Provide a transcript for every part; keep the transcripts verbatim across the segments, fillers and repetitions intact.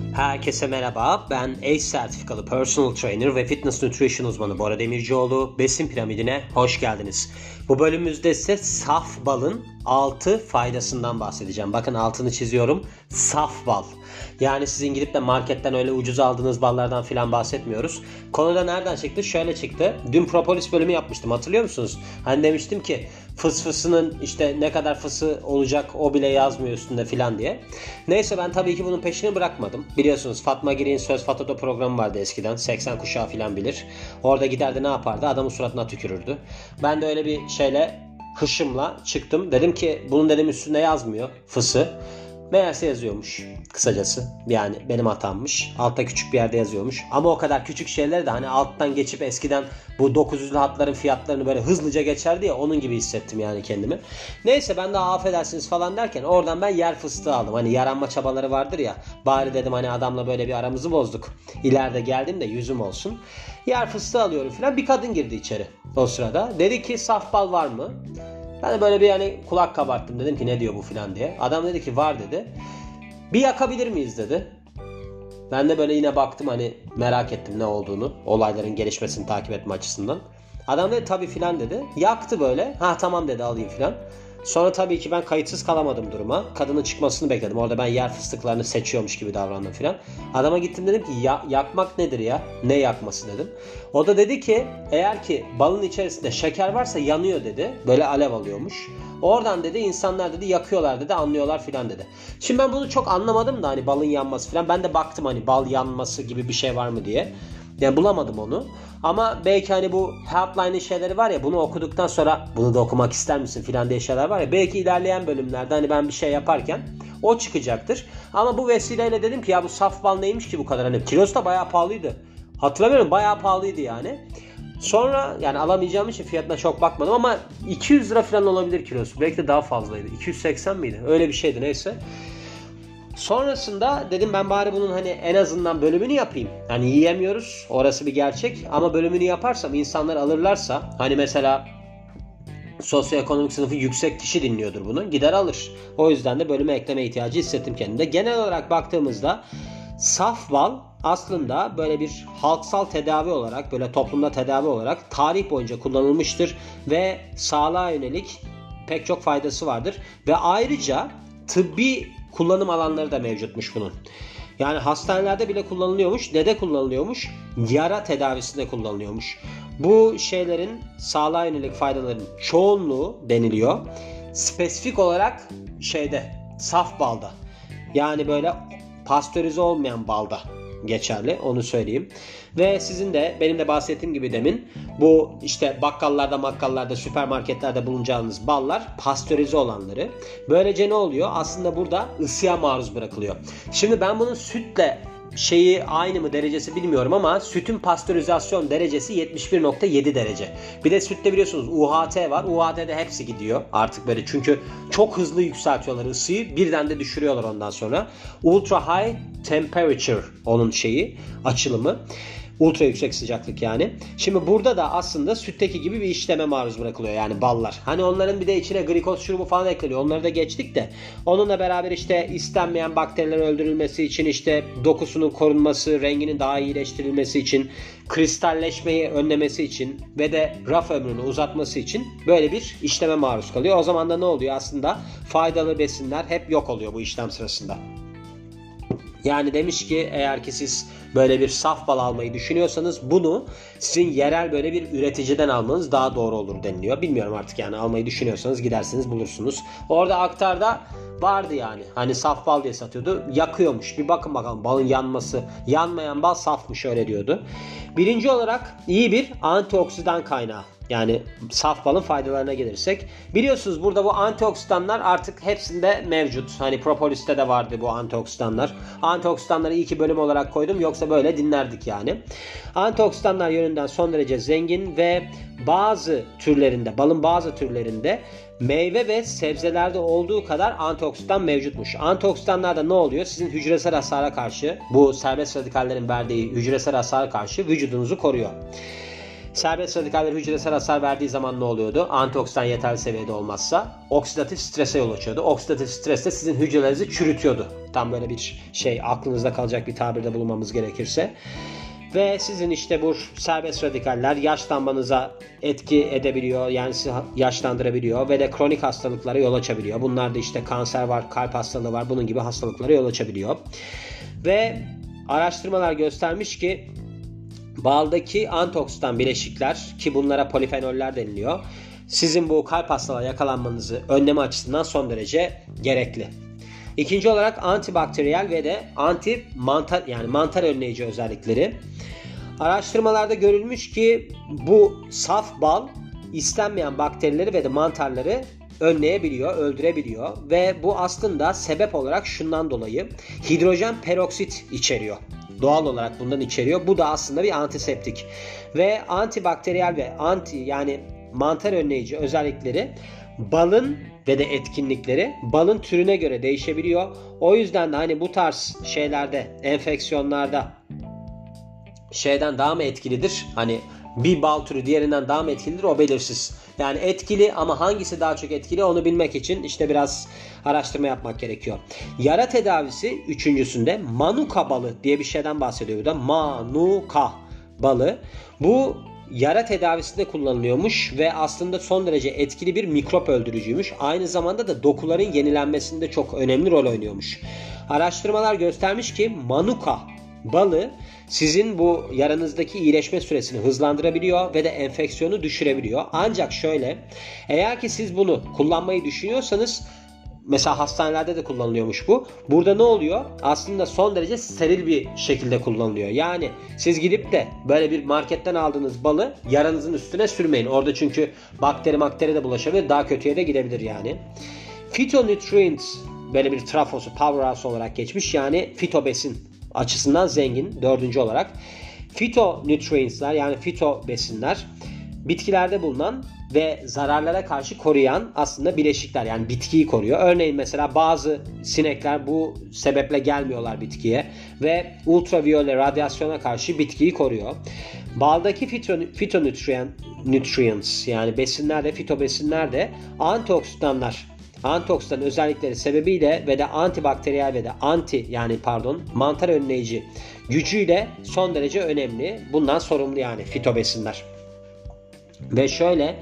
Herkese merhaba, ben A C E sertifikalı personal trainer ve fitness nutrition uzmanı Bora Demircioğlu. Besin piramidine hoş geldiniz. Bu bölümümüzde ise saf balın altı faydasından bahsedeceğim. Bakın altını çiziyorum, saf bal. Yani sizin gidip de marketten öyle ucuz aldığınız ballardan filan bahsetmiyoruz. Konuda nereden çıktı? Şöyle çıktı. Dün propolis bölümü yapmıştım, hatırlıyor musunuz? Hani demiştim ki fıs fısının işte ne kadar fısı olacak o bile yazmıyor üstünde filan diye. Neyse ben tabii ki bunun peşini bırakmadım. Biliyorsunuz Fatma Girik'in Söz Fato'da programı vardı eskiden. seksen kuşağı filan bilir. Orada giderdi ne yapardı? Adamın suratına tükürürdü. Ben de öyle bir şeyle hışımla çıktım. Dedim ki bunun dedim üstünde yazmıyor fısı. Meğerse yazıyormuş kısacası. Yani benim hatammış. Altta küçük bir yerde yazıyormuş. Ama o kadar küçük şeyler de hani alttan geçip eskiden bu dokuz yüzlü hatların fiyatlarını böyle hızlıca geçerdi ya, onun gibi hissettim yani kendimi. Neyse ben de affedersiniz falan derken oradan ben yer fıstığı aldım. Hani yaranma çabaları vardır ya. Bari dedim hani adamla böyle bir aramızı bozduk. İleride geldim de yüzüm olsun. Yer fıstığı alıyorum falan. Bir kadın girdi içeri o sırada. Dedi ki saf bal var mı? Ben de böyle bir yani kulak kabarttım, dedim ki ne diyor bu filan diye. Adam dedi ki var dedi. Bir yakabilir miyiz dedi. Ben de böyle yine baktım, hani merak ettim ne olduğunu. Olayların gelişmesini takip etme açısından. Adam dedi tabii filan dedi. Yaktı böyle. Ha tamam dedi, alayım filan. Sonra tabii ki ben kayıtsız kalamadım duruma. Kadının çıkmasını bekledim. Orada ben yer fıstıklarını seçiyormuş gibi davrandım filan. Adama gittim, dedim ki ya, yakmak nedir ya? Ne yakması dedim. O da dedi ki eğer ki balın içerisinde şeker varsa yanıyor dedi. Böyle alev alıyormuş. Oradan dedi insanlar dedi yakıyorlar dedi, anlıyorlar filan dedi. Şimdi ben bunu çok anlamadım da hani balın yanması filan. Ben de baktım hani bal yanması gibi bir şey var mı diye. Yani bulamadım onu. Ama belki hani bu helpline'in şeyleri var ya, bunu okuduktan sonra bunu da okumak ister misin filan diye şeyler var ya. Belki ilerleyen bölümlerde hani ben bir şey yaparken o çıkacaktır. Ama bu vesileyle dedim ki ya bu saf bal neymiş ki bu kadar, hani kilosu da bayağı pahalıydı. Hatırlamıyorum, bayağı pahalıydı yani. Sonra yani alamayacağım için fiyatına çok bakmadım ama iki yüz lira falan olabilir kilosu. Belki de daha fazlaydı. iki yüz seksen miydi? Öyle bir şeydi, neyse. Sonrasında dedim ben bari bunun hani en azından bölümünü yapayım. Hani yiyemiyoruz, orası bir gerçek, ama bölümünü yaparsam insanlar alırlarsa, hani mesela sosyoekonomik sınıfı yüksek kişi dinliyordur bunu, gider alır. O yüzden de bölüme ekleme ihtiyacı hissettim kendimde. Genel olarak baktığımızda saf bal aslında böyle bir halksal tedavi olarak, böyle toplumda tedavi olarak tarih boyunca kullanılmıştır ve sağlığa yönelik pek çok faydası vardır ve ayrıca tıbbi kullanım alanları da mevcutmuş bunun. Yani hastanelerde bile kullanılıyormuş. Nede kullanılıyormuş? Yara tedavisinde kullanılıyormuş. Bu şeylerin sağlığa yönelik faydaların çoğunluğu deniliyor. Spesifik olarak şeyde, saf balda. Yani böyle pastörize olmayan balda geçerli, onu söyleyeyim. Ve sizin de benim de bahsettiğim gibi demin bu işte bakkallarda, makkallarda, süpermarketlerde bulunacağınız ballar pastörize olanları. Böylece ne oluyor? Aslında burada ısıya maruz bırakılıyor. Şimdi ben bunun sütle şeyi aynı mı derecesi bilmiyorum ama sütün pastörizasyon derecesi yetmiş bir nokta yedi derece. Bir de sütte biliyorsunuz U H T var. U H T'de hepsi gidiyor artık böyle, çünkü çok hızlı yükseltiyorlar ısıyı, birden de düşürüyorlar ondan sonra. Ultra high temperature onun şeyi, açılımı. Ultra yüksek sıcaklık yani. Şimdi burada da aslında sütteki gibi bir işleme maruz bırakılıyor yani ballar. Hani onların bir de içine glikoz şurubu falan ekleniyor. Onları da geçtik de. Onunla beraber işte istenmeyen bakterilerin öldürülmesi için, işte dokusunun korunması, renginin daha iyileştirilmesi için, kristalleşmeyi önlemesi için ve de raf ömrünü uzatması için böyle bir işleme maruz kalıyor. O zaman da ne oluyor? Aslında faydalı besinler hep yok oluyor bu işlem sırasında. Yani demiş ki eğer ki siz böyle bir saf bal almayı düşünüyorsanız bunu sizin yerel böyle bir üreticiden almanız daha doğru olur deniliyor. Bilmiyorum artık, yani almayı düşünüyorsanız gidersiniz bulursunuz. Orada aktarda vardı yani. Hani saf bal diye satıyordu. Yakıyormuş. Bir bakın bakalım balın yanması. Yanmayan bal safmış, öyle diyordu. Birinci olarak iyi bir antioksidan kaynağı. Yani saf balın faydalarına gelirsek, biliyorsunuz burada bu antioksidanlar artık hepsinde mevcut. Hani propoliste de vardı bu antioksidanlar. Antioksidanları iyi ki bölüm olarak koydum, yoksa böyle dinlerdik yani. Antioksidanlar yönünden son derece zengin ve bazı türlerinde, balın bazı türlerinde meyve ve sebzelerde olduğu kadar antioksidan mevcutmuş. Antioksidanlarda ne oluyor? Sizin hücresel hasara karşı, bu serbest radikallerin verdiği hücresel hasara karşı vücudunuzu koruyor. Serbest radikaller hücresel hasar verdiği zaman ne oluyordu? Antioksidan yeterli seviyede olmazsa oksidatif strese yol açıyordu. Oksidatif stres de sizin hücrelerinizi çürütüyordu. Tam böyle bir şey, aklınızda kalacak bir tabirde bulunmamız gerekirse. Ve sizin işte bu serbest radikaller yaşlanmanıza etki edebiliyor. Yani sizi yaşlandırabiliyor ve de kronik hastalıklara yol açabiliyor. Bunlarda işte kanser var, kalp hastalığı var. Bunun gibi hastalıklara yol açabiliyor. Ve araştırmalar göstermiş ki baldaki antioksidan bileşikler, ki bunlara polifenoller deniliyor, sizin bu kalp hastalığa yakalanmanızı önleme açısından son derece gerekli. İkinci olarak antibakteriyel ve de anti mantar, yani mantar önleyici özellikleri. Araştırmalarda görülmüş ki bu saf bal istenmeyen bakterileri ve de mantarları önleyebiliyor, öldürebiliyor ve bu aslında sebep olarak şundan dolayı hidrojen peroksit içeriyor. Doğal olarak bundan içeriyor. Bu da aslında bir antiseptik. Ve antibakteriyel ve anti yani mantar önleyici özellikleri balın ve de etkinlikleri balın türüne göre değişebiliyor. O yüzden de hani bu tarz şeylerde, enfeksiyonlarda şeyden daha mı etkilidir? Hani bir bal türü diğerinden daha mı etkilidir? O belirsiz. Yani etkili ama hangisi daha çok etkili onu bilmek için işte biraz araştırma yapmak gerekiyor. Yara tedavisi üçüncüsünde manuka balı diye bir şeyden bahsediyor burada. Manuka balı. Bu yara tedavisinde kullanılıyormuş ve aslında son derece etkili bir mikrop öldürücüymüş. Aynı zamanda da dokuların yenilenmesinde çok önemli rol oynuyormuş. Araştırmalar göstermiş ki manuka balı sizin bu yaranızdaki iyileşme süresini hızlandırabiliyor ve de enfeksiyonu düşürebiliyor. Ancak şöyle, eğer ki siz bunu kullanmayı düşünüyorsanız, mesela hastanelerde de kullanılıyormuş bu. Burada ne oluyor? Aslında son derece steril bir şekilde kullanılıyor. Yani siz gidip de böyle bir marketten aldığınız balı yaranızın üstüne sürmeyin. Orada çünkü bakteri makteri de bulaşabilir. Daha kötüye de gidebilir yani. Phytonutrients böyle bir trafosu, powerhouse olarak geçmiş. Yani fitobesin açısından zengin. Dördüncü olarak phytonutrients'ler yani fito besinler bitkilerde bulunan ve zararlara karşı koruyan aslında bileşikler, yani bitkiyi koruyor. Örneğin mesela bazı sinekler bu sebeple gelmiyorlar bitkiye ve ultraviyole radyasyona karşı bitkiyi koruyor. Baldaki phytonutrients yani besinler de fitobesinler de antioksidanlar antioksidan özellikleri sebebiyle ve de antibakteriyel ve de anti yani pardon mantar önleyici gücüyle son derece önemli. Bundan sorumlu yani fitobesinler. Ve şöyle,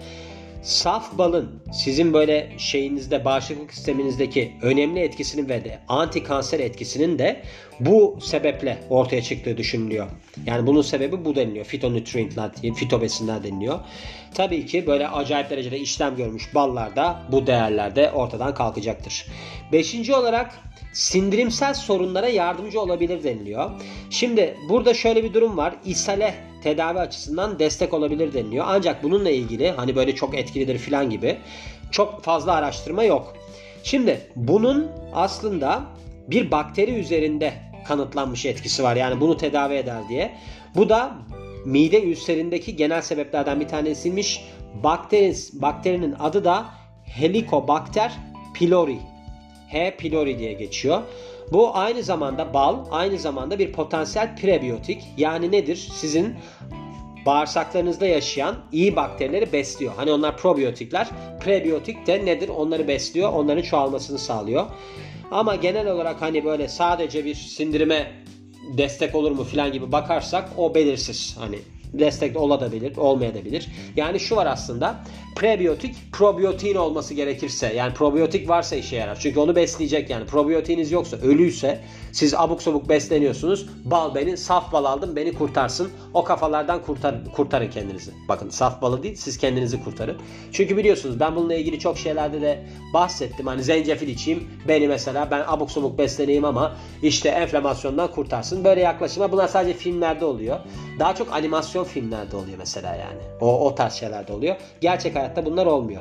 saf balın sizin böyle şeyinizde, bağışıklık sisteminizdeki önemli etkisinin ve de anti kanser etkisinin de bu sebeple ortaya çıktığı düşünülüyor. Yani bunun sebebi bu deniliyor. Fitonutrientler, fitobesinler deniliyor. Tabii ki böyle acayip derecede işlem görmüş ballarda bu değerler de ortadan kalkacaktır. Beşinci olarak sindirimsel sorunlara yardımcı olabilir deniliyor. Şimdi burada şöyle bir durum var. İshale tedavi açısından destek olabilir deniliyor. Ancak bununla ilgili hani böyle çok etkilidir filan gibi çok fazla araştırma yok. Şimdi bunun aslında bir bakteri üzerinde kanıtlanmış etkisi var. Yani bunu tedavi eder diye. Bu da mide ülserindeki genel sebeplerden bir tanesiymiş. Bakteri, bakterinin adı da Helicobacter pylori. H. pylori diye geçiyor. Bu aynı zamanda bal, aynı zamanda bir potansiyel prebiyotik. Yani nedir? Sizin bağırsaklarınızda yaşayan iyi bakterileri besliyor. Hani onlar probiyotikler. Prebiyotik de nedir? Onları besliyor, onların çoğalmasını sağlıyor. Ama genel olarak hani böyle sadece bir sindirime destek olur mu filan gibi bakarsak o belirsiz. Hani destek olabilir, olmayabilir. Yani şu var aslında. Prebiyotik, probiyotiğin olması gerekirse, yani probiyotik varsa işe yarar. Çünkü onu besleyecek yani. Probiyotiğiniz yoksa, ölüyse, siz abuk sabuk besleniyorsunuz. Bal beni, saf bal aldım, beni kurtarsın. O kafalardan kurtar, kurtarın kendinizi. Bakın, saf balı değil, siz kendinizi kurtarın. Çünkü biliyorsunuz ben bununla ilgili çok şeylerde de bahsettim. Hani zencefil içeyim, beni mesela ben abuk sabuk besleneyim ama işte enflamasyondan kurtarsın. Böyle yaklaşımlar bunlar sadece filmlerde oluyor. Daha çok animasyon filmlerde oluyor mesela yani. O, o tarz şeylerde oluyor. Gerçek hayatta bunlar olmuyor.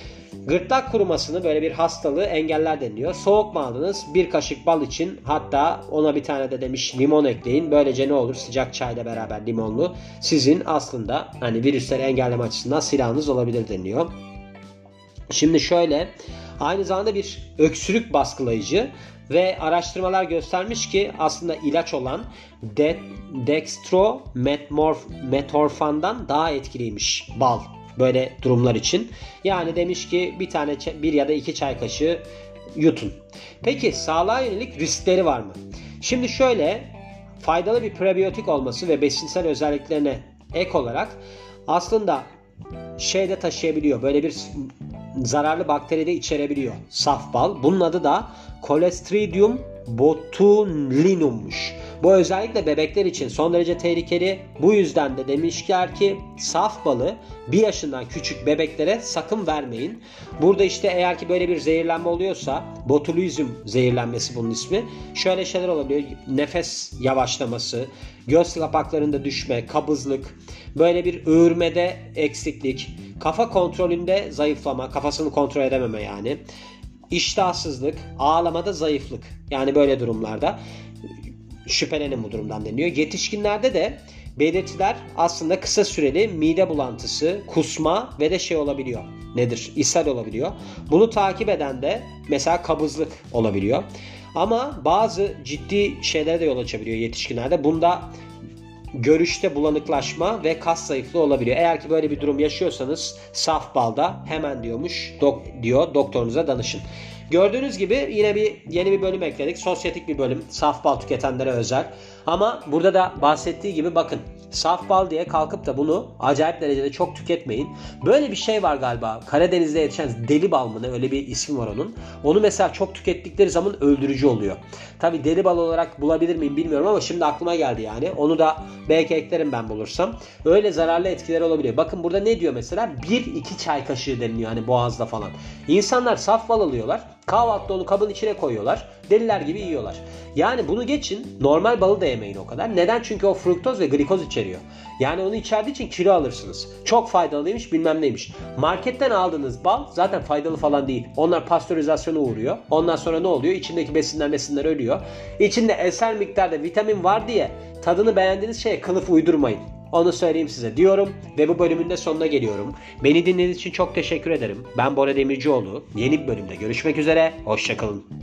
Gırtlak kurumasını, böyle bir hastalığı engeller deniliyor. Soğuk mu aldınız? Bir kaşık bal için, hatta ona bir tane de demiş limon ekleyin. Böylece ne olur? Sıcak çayla beraber limonlu. Sizin aslında hani virüsleri engelleme açısından silahınız olabilir deniliyor. Şimdi şöyle, Aynı zamanda bir öksürük baskılayıcı ve araştırmalar göstermiş ki aslında ilaç olan de- dextrometorfandan daha etkiliymiş bal böyle durumlar için. Yani demiş ki bir tane bir ya da iki çay kaşığı yutun. Peki sağlığa yönelik riskleri var mı? Şimdi şöyle, faydalı bir prebiyotik olması ve besinsel özelliklerine ek olarak aslında şeyde taşıyabiliyor. Böyle bir zararlı bakteri de içerebiliyor saf bal. Bunun adı da Clostridium botulinummuş. Bu özellikle bebekler için son derece tehlikeli. Bu yüzden de demişler ki saf balı bir yaşından küçük bebeklere sakın vermeyin. Burada işte eğer ki böyle bir zehirlenme oluyorsa, botulizm zehirlenmesi bunun ismi. Şöyle şeyler olabiliyor. Nefes yavaşlaması, göz kapaklarında düşme, kabızlık, böyle bir öğürmede eksiklik, kafa kontrolünde zayıflama, kafasını kontrol edememe yani. İştahsızlık, ağlamada zayıflık. Yani böyle durumlarda şüphelenin bu durumdan deniliyor. Yetişkinlerde de belirtiler aslında kısa süreli mide bulantısı, kusma ve de şey olabiliyor. Nedir? İshal olabiliyor. Bunu takip eden de mesela kabızlık olabiliyor. Ama bazı ciddi şeylere de yol açabiliyor yetişkinlerde. Bunda görüşte bulanıklaşma ve kas zayıflığı olabiliyor. Eğer ki böyle bir durum yaşıyorsanız saf balda hemen diyormuş dok, diyor doktorunuza danışın. Gördüğünüz gibi yine bir yeni bir bölüm ekledik. Sosyetik bir bölüm. Saf bal tüketenlere özel. Ama burada da bahsettiği gibi bakın, saf bal diye kalkıp da bunu acayip derecede çok tüketmeyin. Böyle bir şey var galiba. Karadeniz'de yetişen deli bal mı ne, öyle bir ismi var onun. Onu mesela çok tükettikleri zaman öldürücü oluyor. Tabi deli bal olarak bulabilir miyim bilmiyorum ama şimdi aklıma geldi yani. Onu da belki eklerim ben bulursam. Öyle zararlı etkileri olabiliyor. Bakın burada ne diyor mesela? bir iki çay kaşığı deniliyor hani boğazda falan. İnsanlar saf bal alıyorlar. Kahvaltıda onu kabın içine koyuyorlar. Deliler gibi yiyorlar. Yani bunu geçin, normal balı da yemeyin o kadar. Neden? Çünkü o fruktoz ve glikoz içeriyor. Yani onu içerdiği için kilo alırsınız. Çok faydalıymış bilmem neymiş. Marketten aldığınız bal zaten faydalı falan değil. Onlar pastörizasyona uğruyor. Ondan sonra ne oluyor? İçindeki besinler besinler ölüyor. İçinde eser miktarda vitamin var diye tadını beğendiğiniz şeye kılıf uydurmayın. Onu söyleyeyim size diyorum ve bu bölümün de sonuna geliyorum. Beni dinlediğiniz için çok teşekkür ederim. Ben Bora Demircioğlu. Yeni bir bölümde görüşmek üzere. Hoşça kalın.